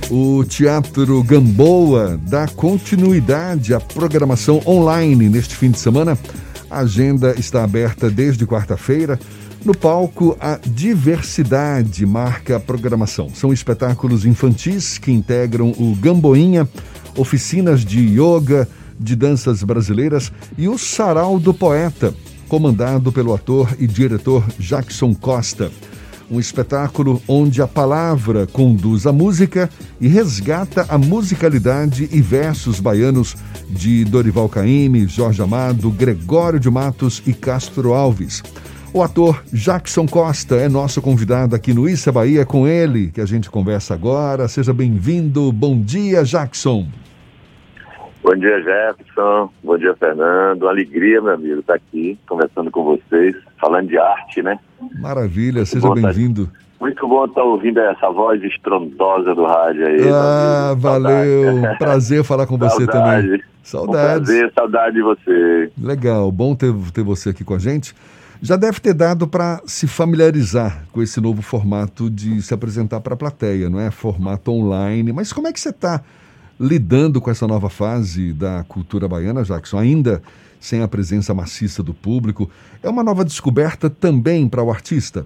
O Teatro Gamboa dá continuidade à programação online neste fim de semana. A agenda está aberta desde quarta-feira. No palco, a diversidade marca a programação. São espetáculos infantis que integram o Gamboinha, oficinas de yoga, de danças brasileiras e o Sarau do Poeta, comandado pelo ator e diretor Jackson Costa. Um espetáculo onde a palavra conduz a música e resgata a musicalidade e versos baianos de Dorival Caymmi, Jorge Amado, Gregório de Matos e Castro Alves. O ator Jackson Costa é nosso convidado aqui no Issa Bahia, com ele que a gente conversa agora. Seja bem-vindo. Bom dia, Jackson. Bom dia, Jefferson. Bom dia, Fernando. Uma alegria, meu amigo, estar aqui conversando com vocês, falando de arte, né? Maravilha, seja bem-vindo. Muito bom estar ouvindo essa voz estrondosa do rádio aí. Valeu. Prazer falar com você também. Saudades. Um prazer, saudade de você. Legal, bom ter você aqui com a gente. Já deve ter dado para se familiarizar com esse novo formato de se apresentar para a plateia, não é? Formato online. Mas como é que você está lidando com essa nova fase da cultura baiana, Jackson? Ainda sem a presença maciça do público. É uma nova descoberta também para o artista?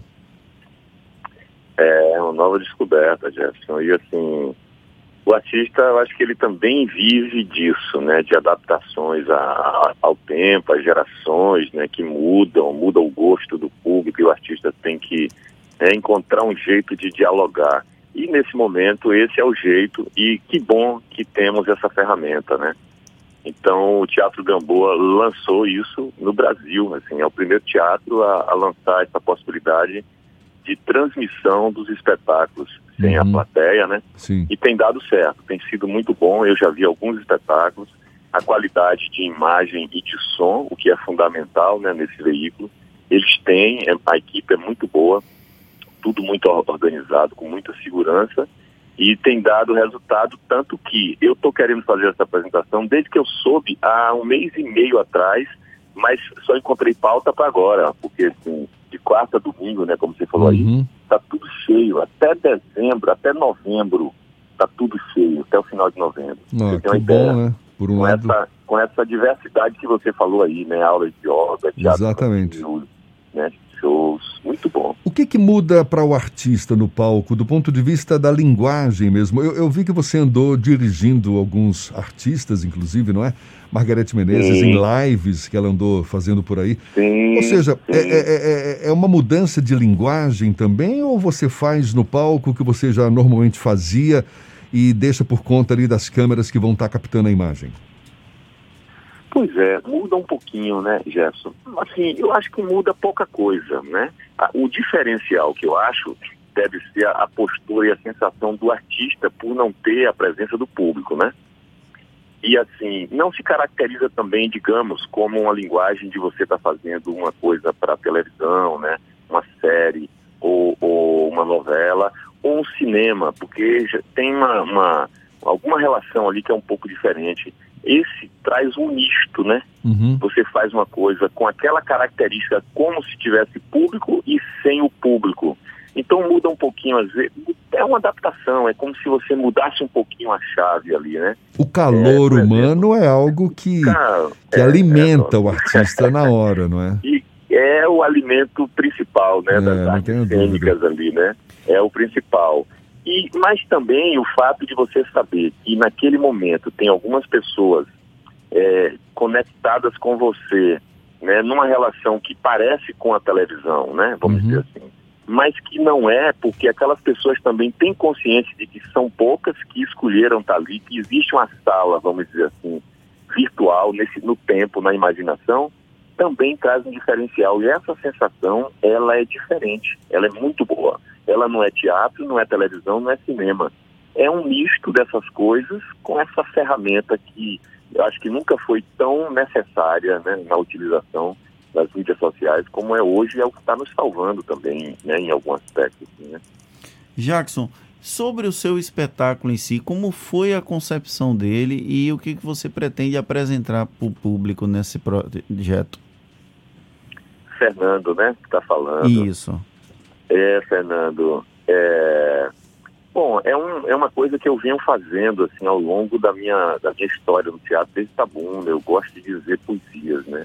É uma nova descoberta, Jefferson. E assim, o artista, eu acho que ele também vive disso, né? De adaptações ao tempo, às gerações, né? Que muda o gosto do público, e o artista tem que encontrar um jeito de dialogar. E nesse momento, esse é o jeito, e que bom que temos essa ferramenta, né? Então, o Teatro Gamboa lançou isso no Brasil, assim, é o primeiro teatro a lançar essa possibilidade de transmissão dos espetáculos sem a plateia, né? Sim. E tem dado certo, tem sido muito bom. Eu já vi alguns espetáculos, a qualidade de imagem e de som, o que é fundamental, né, nesse veículo. Eles têm, a equipe é muito boa, tudo muito organizado, com muita segurança, e tem dado resultado, tanto que eu estou querendo fazer essa apresentação desde que eu soube há 1 mês e meio atrás, mas só encontrei pauta para agora, porque assim, de quarta a domingo, né, como você falou aí, tá tudo cheio, até dezembro, até novembro, tá tudo cheio, até o final de novembro. Você tem uma ideia, bom, né? Por um lado... com essa diversidade que você falou aí, né, aulas de yoga, teatro, exatamente, infantil, né, shows, muito bom. O que muda para o artista no palco, do ponto de vista da linguagem mesmo? Eu vi que você andou dirigindo alguns artistas, inclusive, não é? Margareth Menezes, sim, em lives que ela andou fazendo por aí. Sim, ou seja, sim. É uma mudança de linguagem também, ou você faz no palco o que você já normalmente fazia e deixa por conta ali das câmeras que vão estar captando a imagem? Pois é, muda um pouquinho, né, Jefferson? Assim, eu acho que muda pouca coisa, né? O diferencial que eu acho deve ser a postura e a sensação do artista por não ter a presença do público, né? E assim, não se caracteriza também, digamos, como uma linguagem de você estar fazendo uma coisa para televisão, né? Uma série ou uma novela ou um cinema, porque já tem alguma relação ali que é um pouco diferente. Esse traz um misto, né? Você faz uma coisa com aquela característica como se tivesse público e sem o público. Então muda um pouquinho, às vezes, é uma adaptação, é como se você mudasse um pouquinho a chave ali, né? O calor humano é algo que alimenta o artista na hora, não é? E é o alimento principal, né? Das artes cênicas ali, né? É o principal. Mas também o fato de você saber que naquele momento tem algumas pessoas conectadas com você, né, numa relação que parece com a televisão, né, vamos dizer assim, mas que não é, porque aquelas pessoas também têm consciência de que são poucas que escolheram estar ali, que existe uma sala, vamos dizer assim, virtual, no tempo, na imaginação, também traz um diferencial. E essa sensação, ela é diferente, ela é muito boa. Ela não é teatro, não é televisão, não é cinema. É um misto dessas coisas com essa ferramenta que eu acho que nunca foi tão necessária, né, na utilização das mídias sociais como é hoje, e é o que está nos salvando também, né, em algum aspecto. Assim, né? Jackson, sobre o seu espetáculo em si, como foi a concepção dele e o que você pretende apresentar para o público nesse projeto? Fernando, né, que está falando. Isso. Fernando, Bom, é uma coisa que eu venho fazendo assim, ao longo da minha história no teatro desde Itabuna. Eu gosto de dizer poesias, né?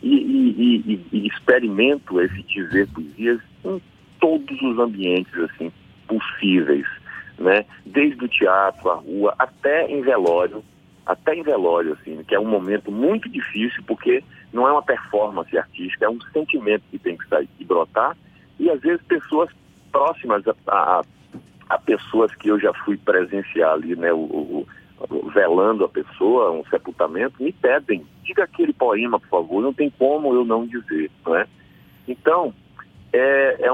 E experimento esse dizer poesias em todos os ambientes assim, possíveis, né? Desde o teatro, a rua, até em velório, assim, que é um momento muito difícil, porque não é uma performance artística, é um sentimento que tem que sair e brotar, e às vezes pessoas próximas a pessoas que eu já fui presenciar ali, né, velando a pessoa, um sepultamento, me pedem, diga aquele poema, por favor, não tem como eu não dizer, não é? Então, é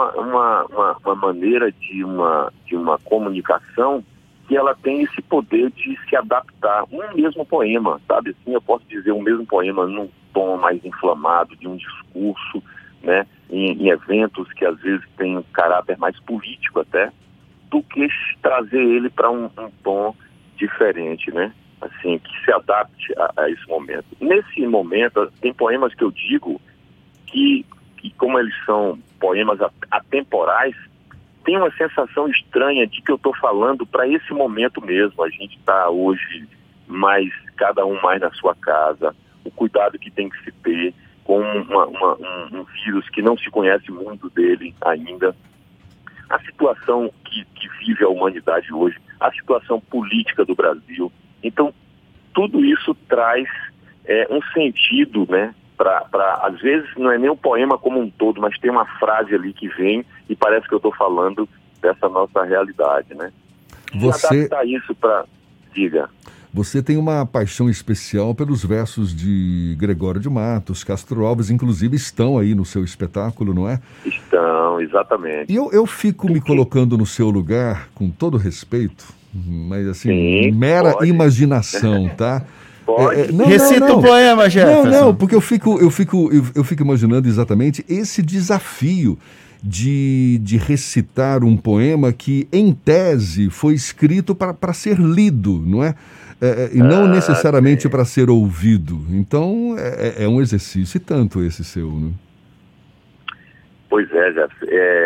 uma maneira de uma comunicação que ela tem esse poder de se adaptar. Um mesmo poema, sabe? Assim, eu posso dizer um mesmo poema num tom mais inflamado, de um discurso, né? Em eventos que às vezes têm um caráter mais político até, do que trazer ele para um tom diferente, né? Assim, que se adapte a esse momento. Nesse momento, tem poemas que eu digo que como eles são poemas atemporais, tem uma sensação estranha de que eu estou falando para esse momento mesmo. A gente está hoje cada um mais na sua casa, o cuidado que tem que se ter com um vírus que não se conhece muito dele ainda, a situação que vive a humanidade hoje, a situação política do Brasil. Então, tudo isso traz um sentido, né? Às vezes não é nem o poema como um todo, mas tem uma frase ali que vem e parece que eu estou falando dessa nossa realidade, né? Adaptar isso para... Diga. Você tem uma paixão especial pelos versos de Gregório de Matos, Castro Alves, inclusive estão aí no seu espetáculo, não é? Estão, exatamente. E eu fico me colocando no seu lugar, com todo respeito, mas assim, sim, mera pode. Imaginação, tá? Pode. Recita o poema, Jefferson. Não, porque eu fico imaginando exatamente esse desafio de recitar um poema que, em tese, foi escrito para ser lido, não é? E não necessariamente para ser ouvido. Então, é um exercício e tanto esse seu, né? Pois é, Jefferson.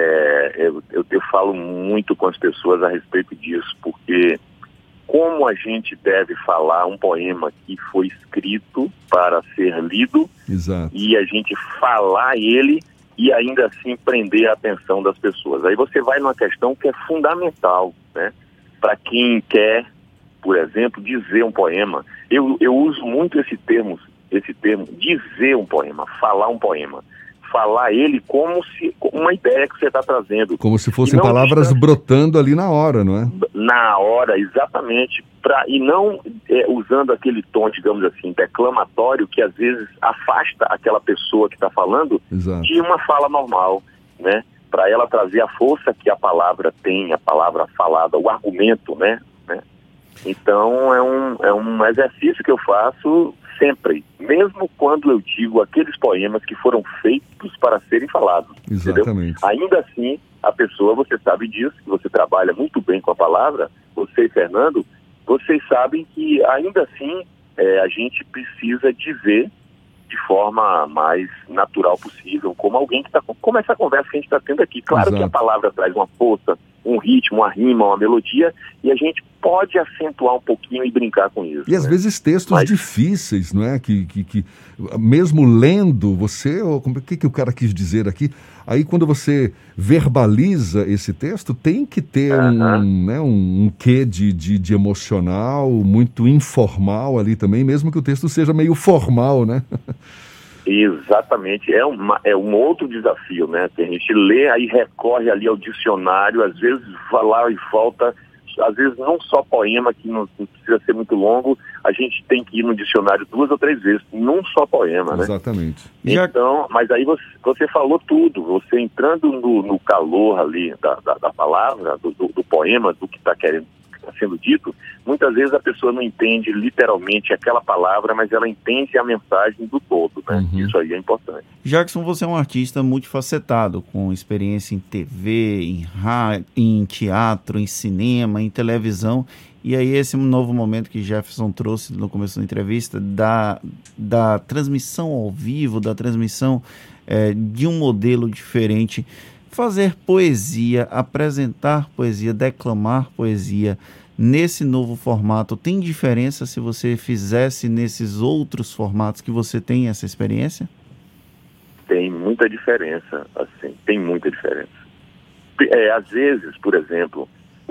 Eu falo muito com as pessoas a respeito disso, porque como a gente deve falar um poema que foi escrito para ser lido, exato, e a gente falar ele e ainda assim prender a atenção das pessoas. Aí você vai numa questão que é fundamental, né? Para quem quer, por exemplo, dizer um poema. Eu uso muito esse termo, dizer um poema, falar um poema. Falar ele como uma ideia que você está trazendo. Como se fossem palavras brotando ali na hora, não é? Na hora, exatamente. E não usando aquele tom, digamos assim, declamatório, que às vezes afasta aquela pessoa que está falando, exato, de uma fala normal, né? Para ela trazer a força que a palavra tem, a palavra falada, o argumento, né? Então é um exercício que eu faço sempre, mesmo quando eu digo aqueles poemas que foram feitos para serem falados. Exatamente. Entendeu? Ainda assim, a pessoa, você sabe disso, que você trabalha muito bem com a palavra, você e Fernando, vocês sabem que ainda assim a gente precisa dizer de forma mais natural possível, como alguém que está... Como essa conversa que a gente está tendo aqui. Claro, exato, que a palavra traz uma força, um ritmo, uma rima, uma melodia, e a gente pode acentuar um pouquinho e brincar com isso. E às vezes textos difíceis, não é? Que mesmo lendo, o que o cara quis dizer aqui? Aí quando você verbaliza esse texto, tem que ter um quê de emocional, muito informal ali também, mesmo que o texto seja meio formal, né? Exatamente, é um outro desafio, né? Que a gente lê, aí recorre ali ao dicionário, às vezes vai lá e volta, às vezes não só poema, que não precisa ser muito longo, a gente tem que ir no dicionário 2 ou 3 vezes, num só poema, né? Exatamente. Então, mas aí você falou tudo, você entrando no calor ali da palavra, do poema, do que está sendo dito, muitas vezes a pessoa não entende literalmente aquela palavra, mas ela entende a mensagem do todo, né? Uhum. Isso aí é importante. Jackson, você é um artista multifacetado, com experiência em TV, em rádio, em teatro, em cinema, em televisão, e aí esse novo momento que Jefferson trouxe no começo da entrevista, da transmissão ao vivo, da transmissão de um modelo diferente. fazer poesia, apresentar poesia, declamar poesia nesse novo formato, tem diferença se você fizesse nesses outros formatos que você tem essa experiência? Tem muita diferença, assim, tem muita diferença. Às vezes, por exemplo,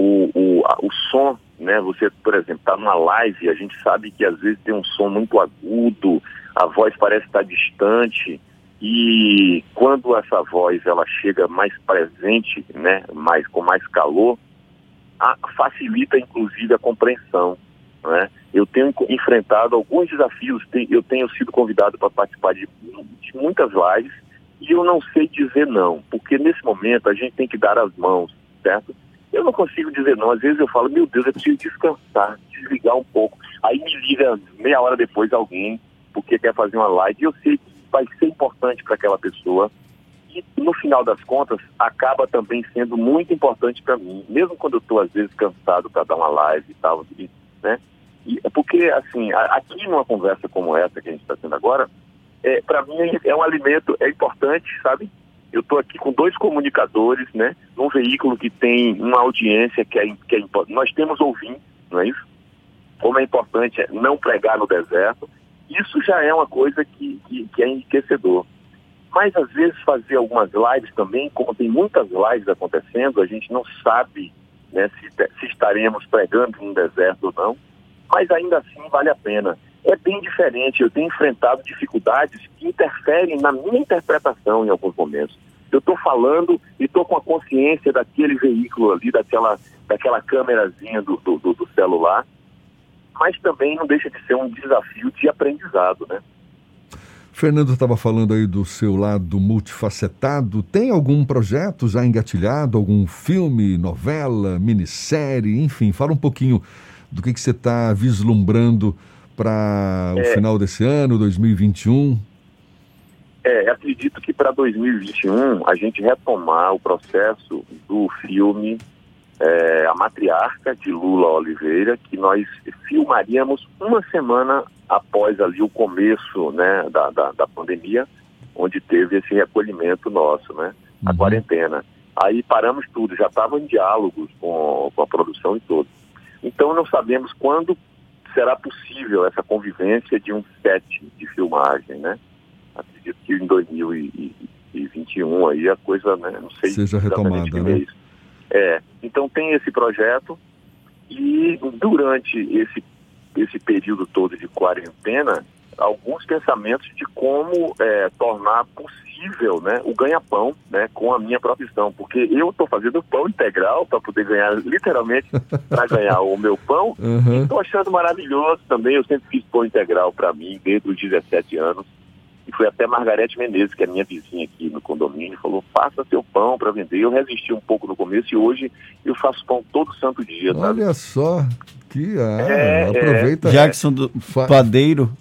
o som, né? Você, por exemplo, está numa live, a gente sabe que às vezes tem um som muito agudo, a voz parece estar distante, e quando essa voz ela chega mais presente, né? Com mais calor, facilita inclusive a compreensão, né? Eu tenho enfrentado alguns desafios, eu tenho sido convidado para participar de muitas lives e eu não sei dizer não, porque nesse momento a gente tem que dar as mãos, certo? Eu não consigo dizer não, às vezes eu falo, meu Deus, eu preciso descansar, desligar um pouco, aí me liga meia hora depois alguém, porque quer fazer uma live, e eu sei que vai ser importante para aquela pessoa, e no final das contas acaba também sendo muito importante para mim, mesmo quando eu estou às vezes cansado para dar uma live e tal, né? Porque assim, aqui numa conversa como essa que a gente está tendo agora, para mim é um alimento, é importante, sabe? Eu estou aqui com 2 comunicadores, né? Num veículo que tem uma audiência que é importante. Nós temos ouvintes, não é isso? Como é importante não pregar no deserto. Isso já é uma coisa que é enriquecedor. Mas às vezes fazer algumas lives também, como tem muitas lives acontecendo, a gente não sabe, né, se estaremos pregando no deserto ou não, mas ainda assim vale a pena. É bem diferente, eu tenho enfrentado dificuldades que interferem na minha interpretação em alguns momentos. Eu estou falando e estou com a consciência daquele veículo ali, daquela câmerazinha do celular, mas também não deixa de ser um desafio de aprendizado, né? Fernando estava falando aí do seu lado multifacetado. Tem algum projeto já engatilhado? Algum filme, novela, minissérie? Enfim, fala um pouquinho do que você está vislumbrando para o final desse ano, 2021. Acredito que para 2021 a gente retomar o processo do filme A Matriarca, de Lula Oliveira, que nós filmaríamos uma semana após ali o começo, né, da pandemia, onde teve esse recolhimento nosso, né, a quarentena. Aí paramos tudo, já estava em diálogos com a produção e tudo. Então não sabemos quando será possível essa convivência de um set de filmagem, né? Acredito que em 2021 aí a coisa, né, não sei seja retomada, né? Então tem esse projeto e durante esse período todo de quarentena, alguns pensamentos de como tornar possível, né, o ganha-pão, né, com a minha profissão, porque eu estou fazendo pão integral para poder ganhar, literalmente, para ganhar o meu pão, e estou achando maravilhoso também. Eu sempre fiz pão integral para mim desde os 17 anos, e foi até Margarete Menezes, que é minha vizinha aqui no condomínio, falou, faça seu pão para vender. Eu resisti um pouco no começo e hoje eu faço pão todo santo dia. Olha, sabe? Só que aproveita. Jackson do Padeiro.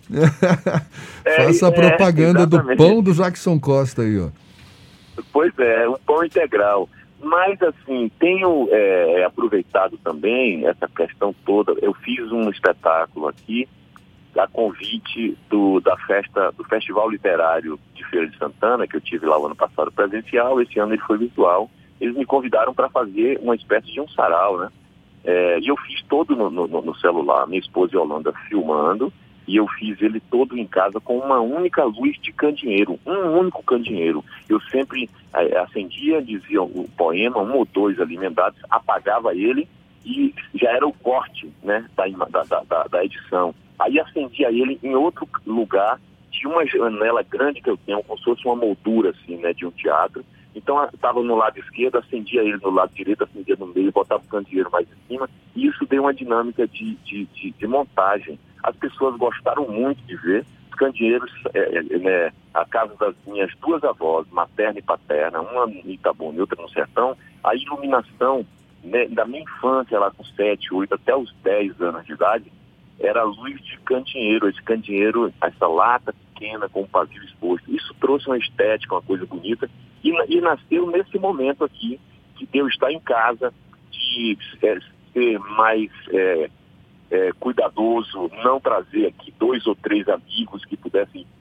Faça a propaganda do pão do Jackson Costa aí, ó. Pois um pão integral. Mas assim, tenho aproveitado também essa questão toda. Eu fiz um espetáculo aqui a convite do Festival Literário de Feira de Santana, que eu tive lá o ano passado presencial, esse ano ele foi virtual. Eles me convidaram para fazer uma espécie de um sarau, né? E eu fiz todo no celular, minha esposa Yolanda filmando, e eu fiz ele todo em casa com uma única luz de candeeiro, um único candeeiro. Eu sempre acendia, dizia o poema, 1 ou 2 ali emendados, apagava ele e já era o corte, né, da edição. Aí acendia ele em outro lugar, tinha uma janela grande que eu tenho, como se fosse uma moldura assim, né, de um teatro. Então estava no lado esquerdo, acendia ele no lado direito, acendia no meio, botava o candeeiro mais em cima, e isso deu uma dinâmica de montagem. As pessoas gostaram muito de ver os candeeiros, né, a casa das minhas 2 avós, materna e paterna, uma em Itabuna e outra no Sertão. A iluminação, né, da minha infância, lá com 7, 8, até os 10 anos de idade, era a luz de candeeiro, esse candeeiro, essa lata pequena com o pavio exposto. Isso trouxe uma estética, uma coisa bonita, e nasceu nesse momento aqui, de eu estar em casa, de ser mais cuidadoso, não trazer aqui 2 ou 3 amigos que pudessem vir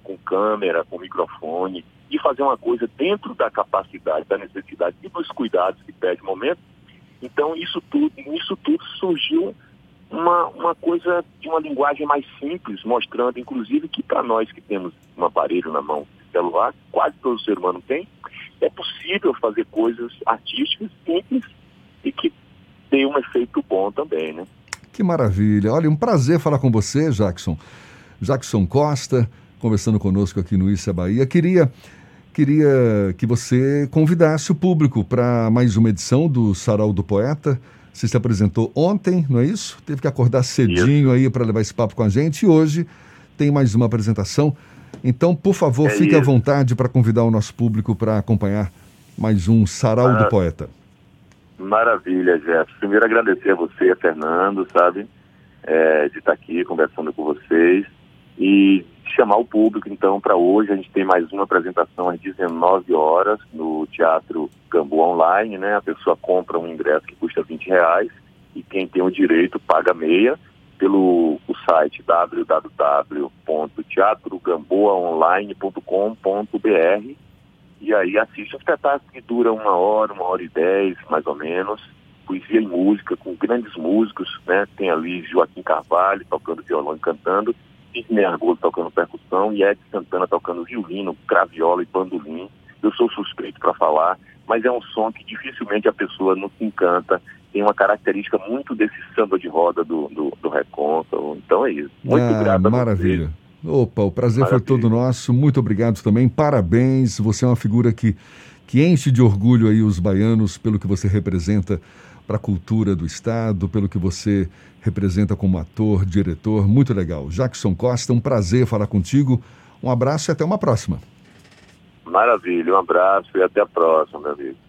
com câmera, com microfone, e fazer uma coisa dentro da capacidade, da necessidade e dos cuidados que pede o momento. Então, isso tudo surgiu uma coisa de uma linguagem mais simples, mostrando, inclusive, que para nós que temos um aparelho na mão, celular, quase todo ser humano tem, é possível fazer coisas artísticas simples e que tem um efeito bom também, né? Que maravilha. Olha, um prazer falar com você, Jackson. Jackson Costa, conversando conosco aqui no Issa Bahia. Queria que você convidasse o público para mais uma edição do Sarau do Poeta. Você se apresentou ontem, não é isso? Teve que acordar cedinho aí para levar esse papo com a gente. E hoje tem mais uma apresentação. Então, por favor, fique à vontade para convidar o nosso público para acompanhar mais um Sarau do Poeta. Maravilha, Jefferson. Primeiro agradecer a você, Fernando, sabe, de estar aqui conversando com vocês e chamar o público, então, para hoje. A gente tem mais uma apresentação às 19 horas no Teatro Gamboa Online, né? A pessoa compra um ingresso que custa R$20 e quem tem o direito paga meia pelo o site www.teatrogamboaonline.com.br. E aí assiste um espetáculo que dura 1h10, mais ou menos, poesia e música, com grandes músicos, né? Tem ali Joaquim Carvalho tocando violão e cantando, Sidney Argolo tocando percussão e Ed Santana tocando violino, craviola e bandolim. Eu sou suspeito para falar, mas é um som que dificilmente a pessoa não se encanta. Tem uma característica muito desse samba de roda do Recôncavo. Então é isso. Muito grato a maravilha. Você. Opa, o prazer foi todo nosso. Muito obrigado também. Parabéns. Você é uma figura que enche de orgulho aí os baianos pelo que você representa para a cultura do Estado, pelo que você representa como ator, diretor. Muito legal. Jackson Costa, um prazer falar contigo. Um abraço e até uma próxima. Maravilha. Um abraço e até a próxima, meu amigo.